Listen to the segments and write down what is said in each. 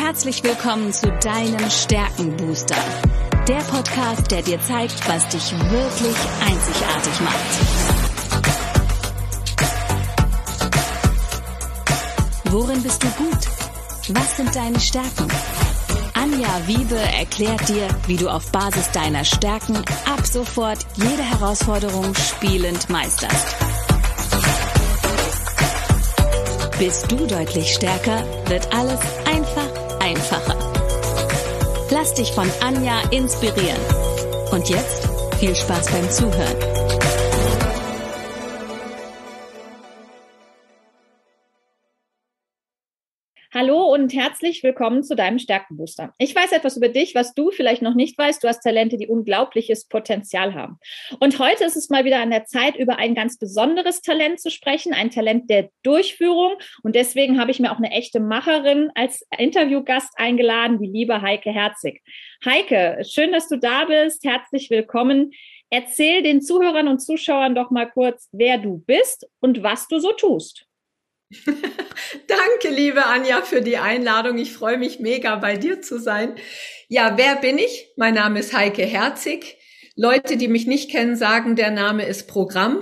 Herzlich willkommen zu deinem Stärkenbooster. Der Podcast, der dir zeigt, was dich wirklich einzigartig macht. Worin bist du gut? Was sind deine Stärken? Anja Wiebe erklärt dir, wie du auf Basis deiner Stärken ab sofort jede Herausforderung spielend meisterst. Bist du deutlich stärker, wird alles einfach einfacher. Lass dich von Anja inspirieren. Und jetzt viel Spaß beim Zuhören. Hallo und herzlich willkommen zu deinem Stärkenbooster. Ich weiß etwas über dich, was du vielleicht noch nicht weißt. Du hast Talente, die unglaubliches Potenzial haben. Und heute ist es mal wieder an der Zeit, über ein ganz besonderes Talent zu sprechen, ein Talent der Durchführung. Und deswegen habe ich mir auch eine echte Macherin als Interviewgast eingeladen, die liebe Heike Herzig. Heike, schön, dass du da bist. Herzlich willkommen. Erzähl den Zuhörern und Zuschauern doch mal kurz, wer du bist und was du so tust. Danke, liebe Anja, für die Einladung. Ich freue mich mega, bei dir zu sein. Ja, wer bin ich? Mein Name ist Heike Herzig. Leute, die mich nicht kennen, sagen, der Name ist Programm.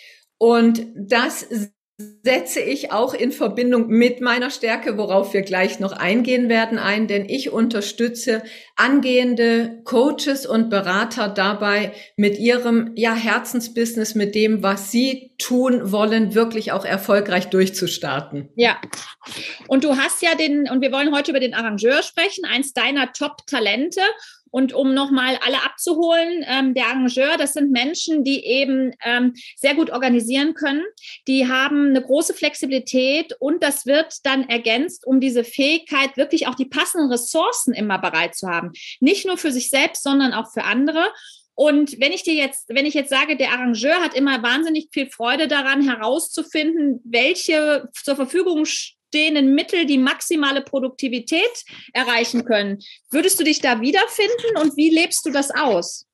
Und das setze ich auch in Verbindung mit meiner Stärke, worauf wir gleich noch eingehen werden, denn ich unterstütze angehende Coaches und Berater dabei, mit ihrem Herzensbusiness, mit dem, was sie tun wollen, wirklich auch erfolgreich durchzustarten. Ja, und du hast ja und wir wollen heute über den Arrangeur sprechen, eins deiner Top-Talente. Und um nochmal alle abzuholen, der Arrangeur, das sind Menschen, die eben sehr gut organisieren können. Die haben eine große Flexibilität und das wird dann ergänzt, um diese Fähigkeit, wirklich auch die passenden Ressourcen immer bereit zu haben. Nicht nur für sich selbst, sondern auch für andere. Und wenn ich jetzt sage, der Arrangeur hat immer wahnsinnig viel Freude daran, herauszufinden, welche zur Verfügung stehenden Mittel die maximale Produktivität erreichen können. Würdest du dich da wiederfinden und wie lebst du das aus?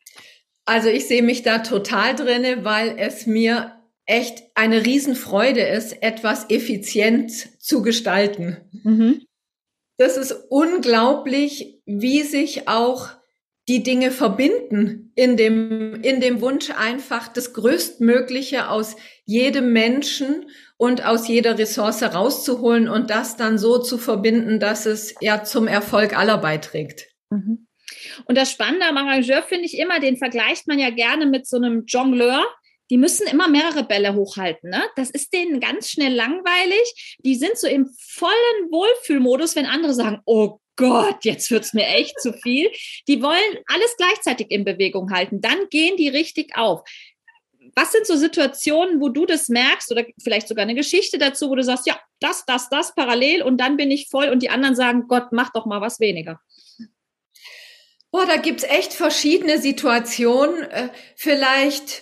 Also ich sehe mich da total drinne, weil es mir echt eine Riesenfreude ist, etwas effizient zu gestalten. Mhm. Das ist unglaublich, wie sich auch die Dinge verbinden in dem Wunsch, einfach das Größtmögliche aus jedem Menschen und aus jeder Ressource rauszuholen und das dann so zu verbinden, dass es zum Erfolg aller beiträgt. Mhm. Und das Spannende am Arrangeur finde ich immer, den vergleicht man ja gerne mit so einem Jongleur. Die müssen immer mehrere Bälle hochhalten, ne? Das ist denen ganz schnell langweilig. Die sind so im vollen Wohlfühlmodus, wenn andere sagen, oh Gott, jetzt wird's mir echt zu viel. Die wollen alles gleichzeitig in Bewegung halten. Dann gehen die richtig auf. Was sind so Situationen, wo du das merkst oder vielleicht sogar eine Geschichte dazu, wo du sagst, ja, das parallel und dann bin ich voll und die anderen sagen, Gott, mach doch mal was weniger. Boah, da gibt's echt verschiedene Situationen. Vielleicht,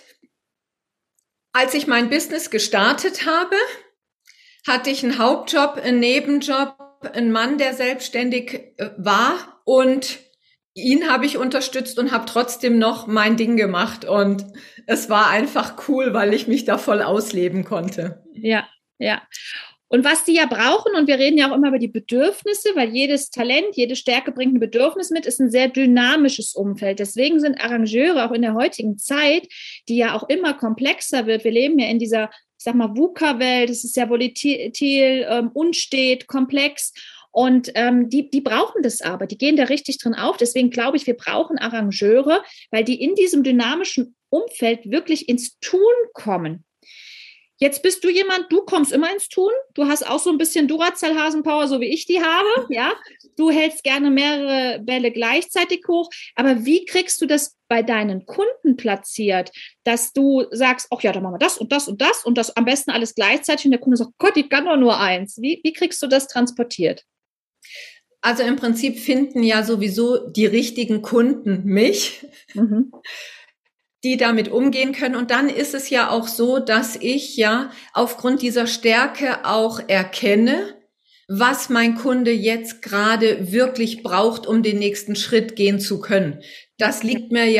als ich mein Business gestartet habe, hatte ich einen Hauptjob, einen Nebenjob, einen Mann, der selbstständig war und ihn habe ich unterstützt und habe trotzdem noch mein Ding gemacht und es war einfach cool, weil ich mich da voll ausleben konnte. Ja. Und was die ja brauchen, und wir reden ja auch immer über die Bedürfnisse, weil jedes Talent, jede Stärke bringt ein Bedürfnis mit, ist ein sehr dynamisches Umfeld. Deswegen sind Arrangeure auch in der heutigen Zeit, die ja auch immer komplexer wird. Wir leben ja in dieser, ich sag mal, VUCA-Welt, es ist sehr volatil, unstet, komplex. Und die brauchen das aber, die gehen da richtig drin auf. Deswegen glaube ich, wir brauchen Arrangeure, weil die in diesem dynamischen Umfeld wirklich ins Tun kommen. Jetzt bist du jemand, du kommst immer ins Tun. Du hast auch so ein bisschen Duracell-Hasenpower, so wie ich die habe. Ja, du hältst gerne mehrere Bälle gleichzeitig hoch. Aber wie kriegst du das bei deinen Kunden platziert, dass du sagst, ach ja, dann machen wir das und das und das und das am besten alles gleichzeitig. Und der Kunde sagt, Gott, ich kann doch nur eins. Wie kriegst du das transportiert? Also im Prinzip finden ja sowieso die richtigen Kunden mich. Mhm. Die damit umgehen können. Und dann ist es ja auch so, dass ich aufgrund dieser Stärke auch erkenne, was mein Kunde jetzt gerade wirklich braucht, um den nächsten Schritt gehen zu können. Das liegt mir ja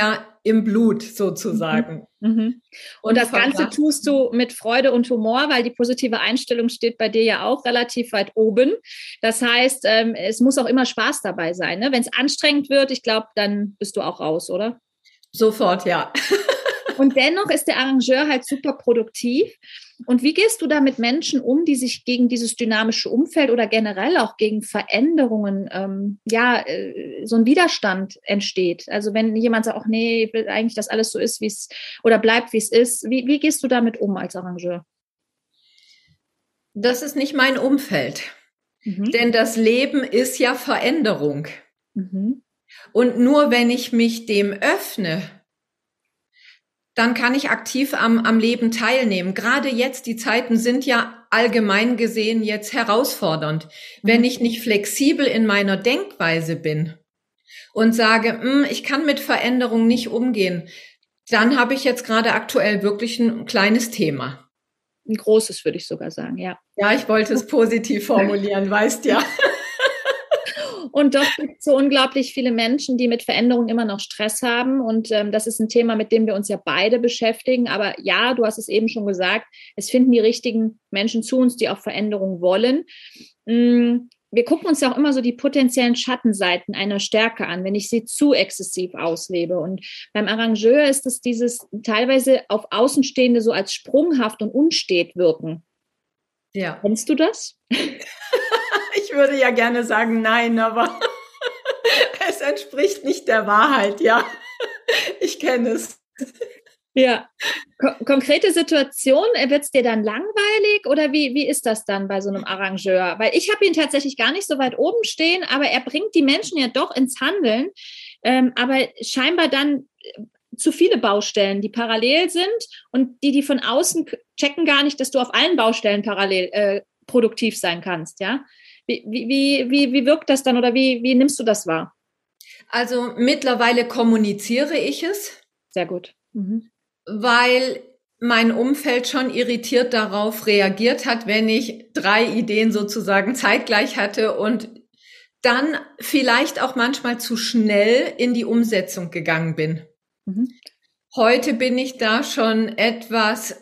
im Blut sozusagen. Mhm. Und das Ganze tust du mit Freude und Humor, weil die positive Einstellung steht bei dir ja auch relativ weit oben. Das heißt, es muss auch immer Spaß dabei sein. Ne? Wenn es anstrengend wird, ich glaube, dann bist du auch raus, oder? Sofort, ja. Und dennoch ist der Arrangeur halt super produktiv. Und wie gehst du da mit Menschen um, die sich gegen dieses dynamische Umfeld oder generell auch gegen Veränderungen, so ein Widerstand entsteht? Also wenn jemand sagt, ach nee, ich will eigentlich, dass alles so ist, wie es oder bleibt, wie es ist. Wie gehst du damit um als Arrangeur? Das ist nicht mein Umfeld. Denn das Leben ist ja Veränderung. Und nur wenn ich mich dem öffne, dann kann ich aktiv am Leben teilnehmen. Gerade jetzt, die Zeiten sind ja allgemein gesehen jetzt herausfordernd. Wenn ich nicht flexibel in meiner Denkweise bin und sage, ich kann mit Veränderung nicht umgehen, dann habe ich jetzt gerade aktuell wirklich ein kleines Thema. Ein großes, würde ich sogar sagen, ja. Ja, ich wollte es positiv formulieren, weißt ja. Und doch gibt es so unglaublich viele Menschen, die mit Veränderung immer noch Stress haben. Und das ist ein Thema, mit dem wir uns ja beide beschäftigen. Aber ja, du hast es eben schon gesagt, es finden die richtigen Menschen zu uns, die auch Veränderung wollen. Wir gucken uns ja auch immer so die potenziellen Schattenseiten einer Stärke an, wenn ich sie zu exzessiv auslebe. Und beim Arrangeur ist es dieses teilweise auf Außenstehende so als sprunghaft und unstet wirken. Ja. Kennst du das? Ich würde ja gerne sagen, nein, aber es entspricht nicht der Wahrheit, ja. Ich kenne es. Ja. Konkrete Situation, wird es dir dann langweilig oder wie ist das dann bei so einem Arrangeur? Weil ich habe ihn tatsächlich gar nicht so weit oben stehen, aber er bringt die Menschen ja doch ins Handeln, aber scheinbar dann zu viele Baustellen, die parallel sind und die von außen checken gar nicht, dass du auf allen Baustellen parallel produktiv sein kannst, ja? Wie wirkt das dann oder wie nimmst du das wahr? Also mittlerweile kommuniziere ich es. Sehr gut. Weil mein Umfeld schon irritiert darauf reagiert hat, wenn ich 3 Ideen sozusagen zeitgleich hatte und dann vielleicht auch manchmal zu schnell in die Umsetzung gegangen bin. Heute bin ich da schon etwas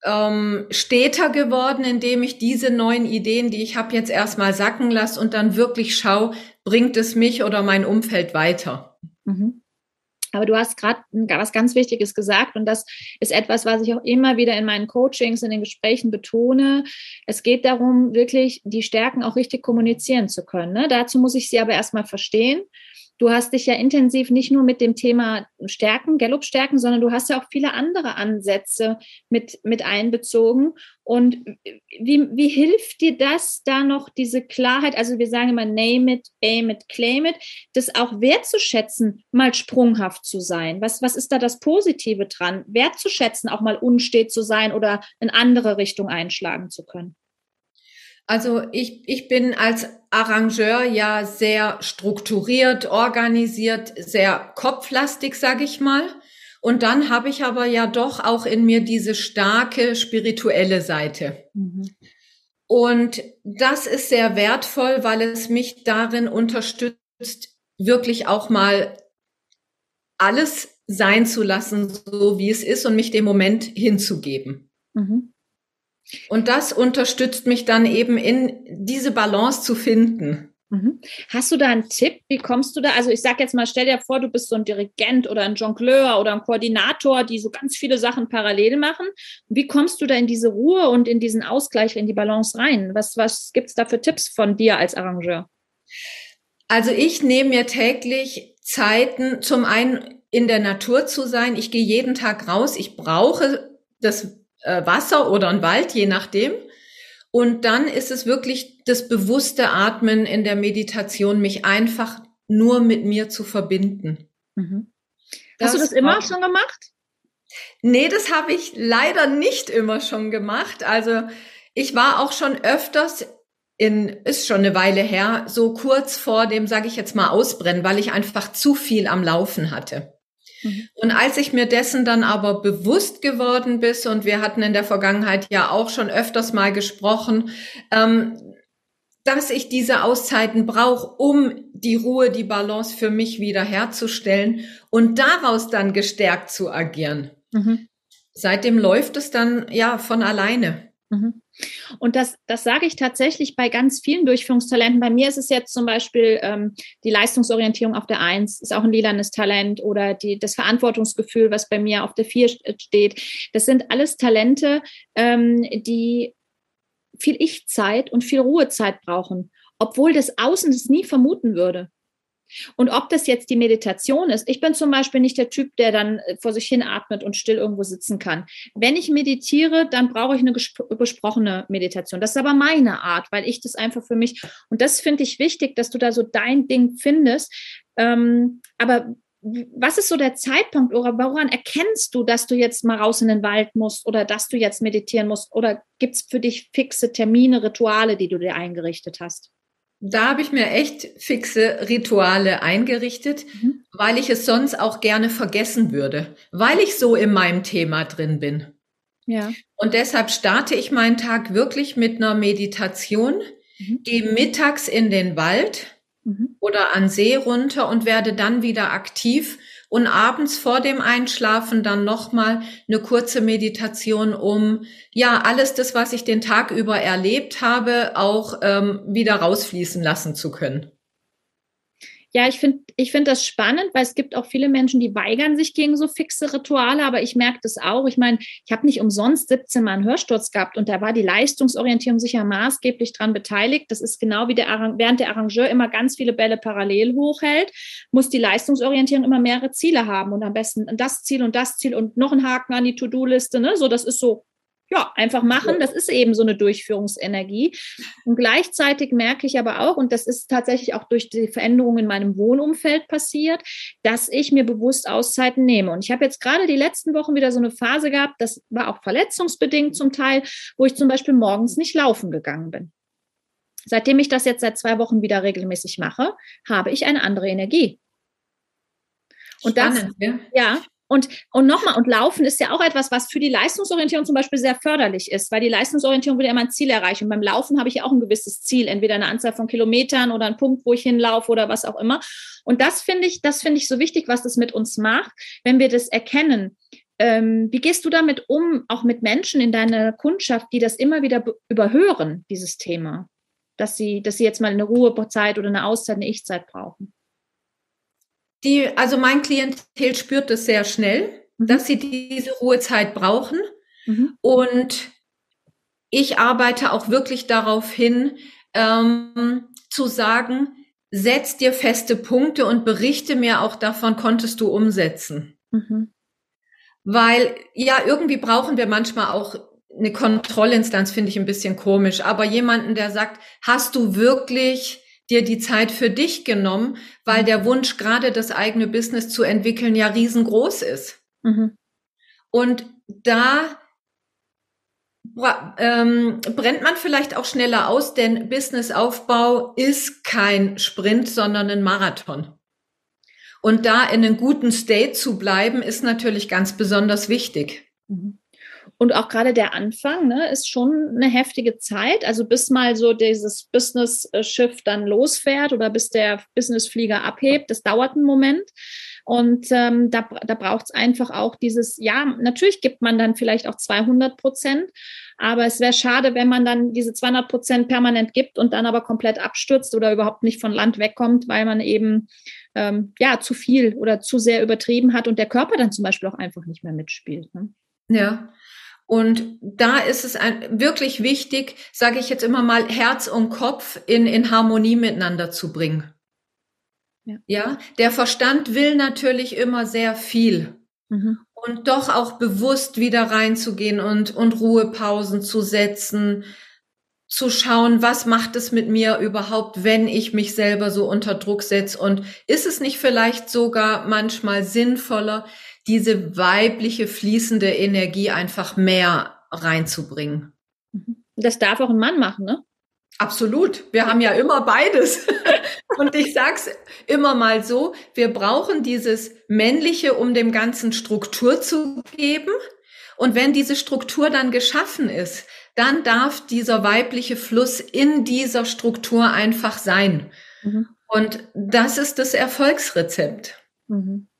steter geworden, indem ich diese neuen Ideen, die ich habe, jetzt erstmal sacken lasse und dann wirklich schaue, bringt es mich oder mein Umfeld weiter. Aber du hast gerade was ganz Wichtiges gesagt und das ist etwas, was ich auch immer wieder in meinen Coachings, in den Gesprächen betone. Es geht darum, wirklich die Stärken auch richtig kommunizieren zu können. Ne? Dazu muss ich sie aber erstmal verstehen. Du hast dich ja intensiv nicht nur mit dem Thema Stärken, Gallup-Stärken, sondern du hast ja auch viele andere Ansätze mit einbezogen. Und wie hilft dir das da noch, diese Klarheit? Also wir sagen immer name it, aim it, claim it, das auch wertzuschätzen, mal sprunghaft zu sein. Was ist da das Positive dran? Wertzuschätzen, auch mal unstet zu sein oder in andere Richtung einschlagen zu können. Also ich bin als Arrangeur ja sehr strukturiert, organisiert, sehr kopflastig, sage ich mal. Und dann habe ich aber ja doch auch in mir diese starke spirituelle Seite. Und das ist sehr wertvoll, weil es mich darin unterstützt, wirklich auch mal alles sein zu lassen, so wie es ist und mich dem Moment hinzugeben. Und das unterstützt mich dann eben in diese Balance zu finden. Hast du da einen Tipp? Wie kommst du da? Also ich sage jetzt mal, stell dir vor, du bist so ein Dirigent oder ein Jongleur oder ein Koordinator, die so ganz viele Sachen parallel machen. Wie kommst du da in diese Ruhe und in diesen Ausgleich, in die Balance rein? Was gibt es da für Tipps von dir als Arrangeur? Also ich nehme mir täglich Zeiten, zum einen in der Natur zu sein. Ich gehe jeden Tag raus. Ich brauche das Wasser oder ein Wald, je nachdem. Und dann ist es wirklich das bewusste Atmen in der Meditation, mich einfach nur mit mir zu verbinden. Hast du das immer schon gemacht? Nee, das habe ich leider nicht immer schon gemacht. Also ich war auch schon öfters ist schon eine Weile her, so kurz vor dem, sage ich jetzt mal, Ausbrennen, weil ich einfach zu viel am Laufen hatte. Und als ich mir dessen dann aber bewusst geworden bin, und wir hatten in der Vergangenheit ja auch schon öfters mal gesprochen, dann dass ich diese Auszeiten brauche, um die Ruhe, die Balance für mich wieder herzustellen und daraus dann gestärkt zu agieren. Seitdem läuft es dann ja von alleine. Und das sage ich tatsächlich bei ganz vielen Durchführungstalenten. Bei mir ist es jetzt zum Beispiel die Leistungsorientierung auf der 1, ist auch ein lilanes Talent, oder das Verantwortungsgefühl, was bei mir auf der 4 steht. Das sind alles Talente, die viel Ich-Zeit und viel Ruhezeit brauchen, obwohl das Außen es nie vermuten würde. Und ob das jetzt die Meditation ist, ich bin zum Beispiel nicht der Typ, der dann vor sich hin atmet und still irgendwo sitzen kann. Wenn ich meditiere, dann brauche ich eine gesprochene Meditation. Das ist aber meine Art, weil ich das einfach für mich, und das finde ich wichtig, dass du da so dein Ding findest. Aber was ist so der Zeitpunkt, oder woran erkennst du, dass du jetzt mal raus in den Wald musst oder dass du jetzt meditieren musst? Oder gibt es für dich fixe Termine, Rituale, die du dir eingerichtet hast? Da habe ich mir echt fixe Rituale eingerichtet, weil ich es sonst auch gerne vergessen würde, weil ich so in meinem Thema drin bin. Ja. Und deshalb starte ich meinen Tag wirklich mit einer Meditation, gehe mittags in den Wald oder an See runter und werde dann wieder aktiv und abends vor dem Einschlafen dann nochmal eine kurze Meditation, um ja alles das, was ich den Tag über erlebt habe, auch wieder rausfließen lassen zu können. Ja, ich finde das spannend, weil es gibt auch viele Menschen, die weigern sich gegen so fixe Rituale, aber ich merke das auch. Ich meine, ich habe nicht umsonst 17 Mal einen Hörsturz gehabt und da war die Leistungsorientierung sicher maßgeblich dran beteiligt. Das ist genau wie während der Arrangeur immer ganz viele Bälle parallel hochhält, muss die Leistungsorientierung immer mehrere Ziele haben und am besten das Ziel und noch einen Haken an die To-Do-Liste, ne? So, das ist so. Ja, einfach machen, das ist eben so eine Durchführungsenergie. Und gleichzeitig merke ich aber auch, und das ist tatsächlich auch durch die Veränderungen in meinem Wohnumfeld passiert, dass ich mir bewusst Auszeiten nehme. Und ich habe jetzt gerade die letzten Wochen wieder so eine Phase gehabt, das war auch verletzungsbedingt zum Teil, wo ich zum Beispiel morgens nicht laufen gegangen bin. Seitdem ich das jetzt seit 2 Wochen wieder regelmäßig mache, habe ich eine andere Energie. Und spannend, das, ja. Und nochmal, und Laufen ist ja auch etwas, was für die Leistungsorientierung zum Beispiel sehr förderlich ist, weil die Leistungsorientierung will ja immer ein Ziel erreichen. Und beim Laufen habe ich ja auch ein gewisses Ziel, entweder eine Anzahl von Kilometern oder einen Punkt, wo ich hinlaufe oder was auch immer. Und das finde ich so wichtig, was das mit uns macht, wenn wir das erkennen. Wie gehst du damit um, auch mit Menschen in deiner Kundschaft, die das immer wieder überhören, dieses Thema, dass sie jetzt mal eine Ruhezeit oder eine Auszeit, eine Ich-Zeit brauchen? Also mein Klientel spürt es sehr schnell, dass sie diese Ruhezeit brauchen. Und ich arbeite auch wirklich darauf hin, zu sagen, setz dir feste Punkte und berichte mir auch davon, konntest du umsetzen. Weil ja, irgendwie brauchen wir manchmal auch eine Kontrollinstanz, finde ich ein bisschen komisch, aber jemanden, der sagt, hast du wirklich dir die Zeit für dich genommen, weil der Wunsch, gerade das eigene Business zu entwickeln, ja riesengroß ist. Und da brennt man vielleicht auch schneller aus, denn Businessaufbau ist kein Sprint, sondern ein Marathon. Und da in einem guten State zu bleiben, ist natürlich ganz besonders wichtig. Und auch gerade der Anfang, ne, ist schon eine heftige Zeit. Also bis mal so dieses Business-Schiff dann losfährt oder bis der Business-Flieger abhebt, das dauert einen Moment. Und da braucht es einfach auch dieses, ja, natürlich gibt man dann vielleicht auch 200%, aber es wäre schade, wenn man dann diese 200% permanent gibt und dann aber komplett abstürzt oder überhaupt nicht von Land wegkommt, weil man eben zu viel oder zu sehr übertrieben hat und der Körper dann zum Beispiel auch einfach nicht mehr mitspielt. Ne? Ja. Und da ist es wirklich wichtig, sage ich jetzt immer mal, Herz und Kopf in Harmonie miteinander zu bringen. Ja, der Verstand will natürlich immer sehr viel. Und doch auch bewusst wieder reinzugehen und Ruhepausen zu setzen, zu schauen, was macht es mit mir überhaupt, wenn ich mich selber so unter Druck setze, und ist es nicht vielleicht sogar manchmal sinnvoller, diese weibliche fließende Energie einfach mehr reinzubringen? Das darf auch ein Mann machen, ne? Absolut. Wir haben ja immer beides. Und ich sag's immer mal so, wir brauchen dieses Männliche, um dem Ganzen Struktur zu geben. Und wenn diese Struktur dann geschaffen ist, dann darf dieser weibliche Fluss in dieser Struktur einfach sein. Mhm. Und das ist das Erfolgsrezept. Mhm.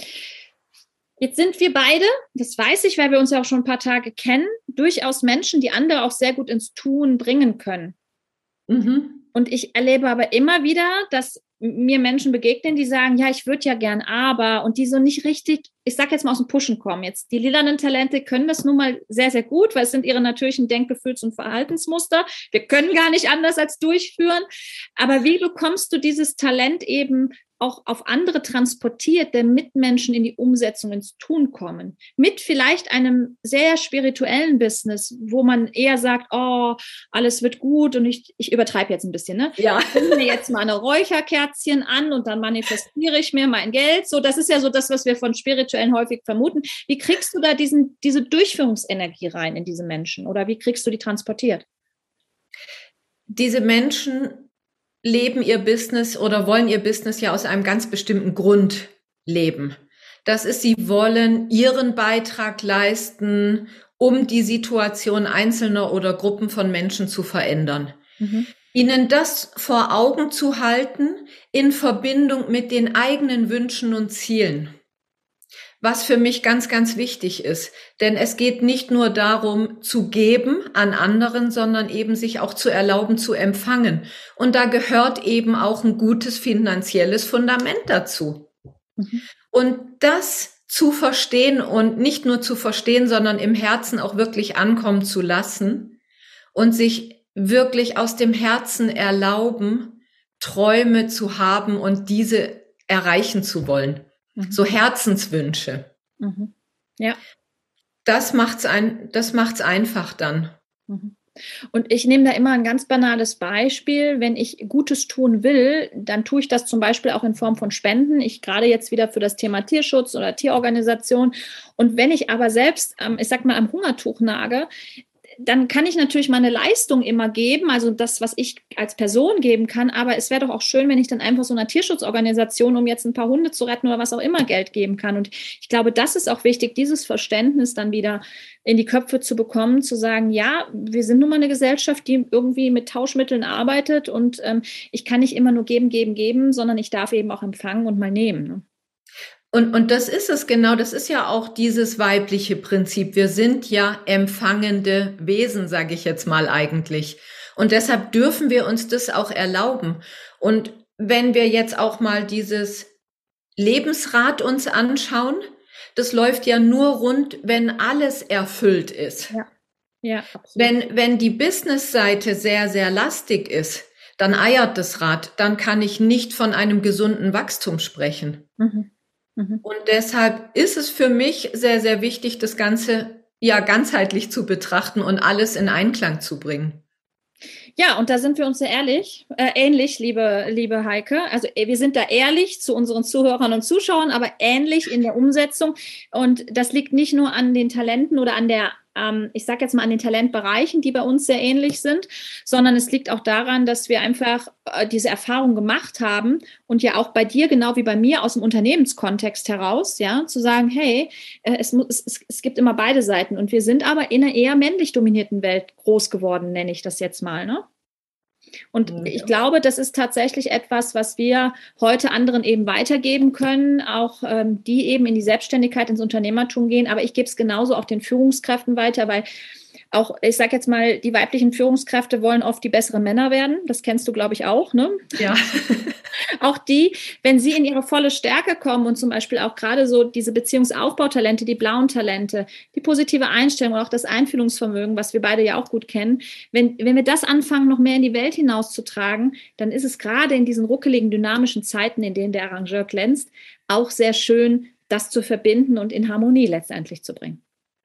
Jetzt sind wir beide, das weiß ich, weil wir uns ja auch schon ein paar Tage kennen, durchaus Menschen, die andere auch sehr gut ins Tun bringen können. Mhm. Und ich erlebe aber immer wieder, dass mir Menschen begegnen, die sagen, ja, ich würde ja gern, aber, und die so nicht richtig, ich sag jetzt mal aus dem Pushen kommen. Jetzt die lilanen Talente können das nun mal sehr, sehr gut, weil es sind ihre natürlichen Denkgefühls- und Verhaltensmuster. Wir können gar nicht anders als durchführen. Aber wie bekommst du dieses Talent eben auch auf andere transportiert, der Mitmenschen in die Umsetzung, ins Tun kommen? Mit vielleicht einem sehr spirituellen Business, wo man eher sagt, oh, alles wird gut, und ich übertreibe jetzt ein bisschen, ne? Ja. Ich nehme mir jetzt mal eine Räucherkerzchen an und dann manifestiere ich mir mein Geld. So, das ist ja so das, was wir von Spirituellen häufig vermuten. Wie kriegst du da diese Durchführungsenergie rein in diese Menschen? Oder wie kriegst du die transportiert? Diese Menschen leben ihr Business oder wollen ihr Business ja aus einem ganz bestimmten Grund leben. Das ist, sie wollen ihren Beitrag leisten, um die Situation einzelner oder Gruppen von Menschen zu verändern. Mhm. Ihnen das vor Augen zu halten in Verbindung mit den eigenen Wünschen und Zielen. Was für mich ganz, ganz wichtig ist. Denn es geht nicht nur darum, zu geben an anderen, sondern eben sich auch zu erlauben, zu empfangen. Und da gehört eben auch ein gutes finanzielles Fundament dazu. Mhm. Und das zu verstehen und nicht nur zu verstehen, sondern im Herzen auch wirklich ankommen zu lassen und sich wirklich aus dem Herzen erlauben, Träume zu haben und diese erreichen zu wollen. So Herzenswünsche. Mhm. Ja. Das macht's einfach dann. Und ich nehme da immer ein ganz banales Beispiel. Wenn ich Gutes tun will, dann tue ich das zum Beispiel auch in Form von Spenden. Ich gerade jetzt wieder für das Thema Tierschutz oder Tierorganisation. Und wenn ich aber selbst, ich sag mal, am Hungertuch nage, dann kann ich natürlich meine Leistung immer geben, also das, was ich als Person geben kann, aber es wäre doch auch schön, wenn ich dann einfach so einer Tierschutzorganisation, um jetzt ein paar Hunde zu retten oder was auch immer, Geld geben kann. Und ich glaube, das ist auch wichtig, dieses Verständnis dann wieder in die Köpfe zu bekommen, zu sagen, ja, wir sind nun mal eine Gesellschaft, die irgendwie mit Tauschmitteln arbeitet, und ich kann nicht immer nur geben, sondern ich darf eben auch empfangen und mal nehmen, ne? Und das ist es genau, das ist ja auch dieses weibliche Prinzip. Wir sind ja empfangende Wesen, sage ich jetzt mal eigentlich. Und deshalb dürfen wir uns das auch erlauben. Und wenn wir jetzt auch mal dieses Lebensrad uns anschauen, das läuft ja nur rund, wenn alles erfüllt ist. Ja. Ja, absolut. Wenn die Business-Seite sehr, sehr lastig ist, dann eiert das Rad, dann kann ich nicht von einem gesunden Wachstum sprechen. Mhm. Und deshalb ist es für mich sehr, sehr wichtig, das Ganze ja ganzheitlich zu betrachten und alles in Einklang zu bringen. Ja, und da sind wir uns sehr ähnlich, liebe Heike. Also wir sind da ehrlich zu unseren Zuhörern und Zuschauern, aber ähnlich in der Umsetzung. Und das liegt nicht nur an den Talenten oder an der, ich sage jetzt mal an den Talentbereichen, die bei uns sehr ähnlich sind, sondern es liegt auch daran, dass wir einfach diese Erfahrung gemacht haben und ja auch bei dir, genau wie bei mir, aus dem Unternehmenskontext heraus, ja, zu sagen, hey, es gibt immer beide Seiten, und wir sind aber in einer eher männlich dominierten Welt groß geworden, nenne ich das jetzt mal, ne? Und ich glaube, das ist tatsächlich etwas, was wir heute anderen eben weitergeben können, auch die eben in die Selbstständigkeit, ins Unternehmertum gehen. Aber ich gebe es genauso auch den Führungskräften weiter, weil auch, ich sage jetzt mal, die weiblichen Führungskräfte wollen oft die besseren Männer werden. Das kennst du, glaube ich, auch, ne? Ja. Auch die, wenn sie in ihre volle Stärke kommen und zum Beispiel auch gerade so diese Beziehungsaufbautalente, die blauen Talente, die positive Einstellung und auch das Einfühlungsvermögen, was wir beide ja auch gut kennen, wenn wir das anfangen, noch mehr in die Welt hinauszutragen, dann ist es gerade in diesen ruckeligen, dynamischen Zeiten, in denen der Arrangeur glänzt, auch sehr schön, das zu verbinden und in Harmonie letztendlich zu bringen.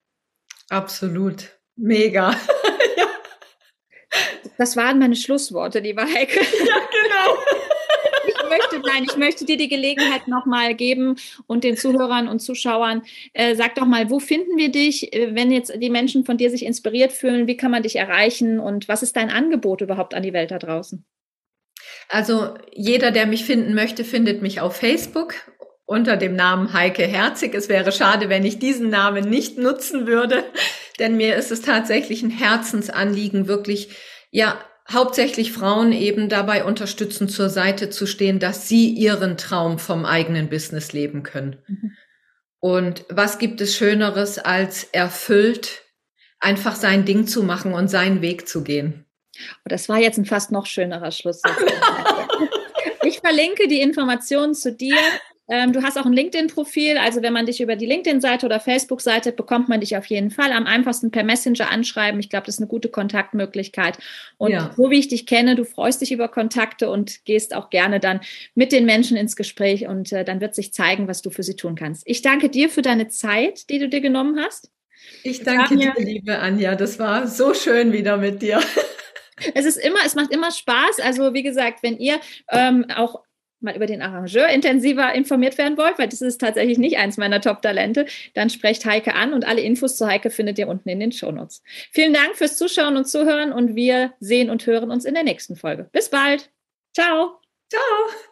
Absolut. Mega. Ja. Das waren meine Schlussworte, liebe Heike. Ja, genau. Ich möchte dir die Gelegenheit nochmal geben und den Zuhörern und Zuschauern, sag doch mal, wo finden wir dich, wenn jetzt die Menschen von dir sich inspiriert fühlen, wie kann man dich erreichen und was ist dein Angebot überhaupt an die Welt da draußen? Also jeder, der mich finden möchte, findet mich auf Facebook unter dem Namen Heike Herzig. Es wäre schade, wenn ich diesen Namen nicht nutzen würde, denn mir ist es tatsächlich ein Herzensanliegen, wirklich, ja, hauptsächlich Frauen eben dabei unterstützen, zur Seite zu stehen, dass sie ihren Traum vom eigenen Business leben können. Mhm. Und was gibt es Schöneres, als erfüllt einfach sein Ding zu machen und seinen Weg zu gehen? Oh, das war jetzt ein fast noch schönerer Schluss. Ich verlinke die Informationen zu dir. Du hast auch ein LinkedIn-Profil, also wenn man dich über die LinkedIn-Seite oder Facebook-Seite, bekommt man dich auf jeden Fall. Am einfachsten per Messenger anschreiben. Ich glaube, das ist eine gute Kontaktmöglichkeit. Und so wie ich dich kenne, du freust dich über Kontakte und gehst auch gerne dann mit den Menschen ins Gespräch und dann wird sich zeigen, was du für sie tun kannst. Ich danke dir für deine Zeit, die du dir genommen hast. Ich danke dir, liebe Anja. Das war so schön wieder mit dir. Es macht immer Spaß. Also wie gesagt, wenn ihr auch mal über den Arrangeur intensiver informiert werden wollt, weil das ist tatsächlich nicht eins meiner Top-Talente, dann sprecht Heike an und alle Infos zu Heike findet ihr unten in den Shownotes. Vielen Dank fürs Zuschauen und Zuhören und wir sehen und hören uns in der nächsten Folge. Bis bald. Ciao. Ciao.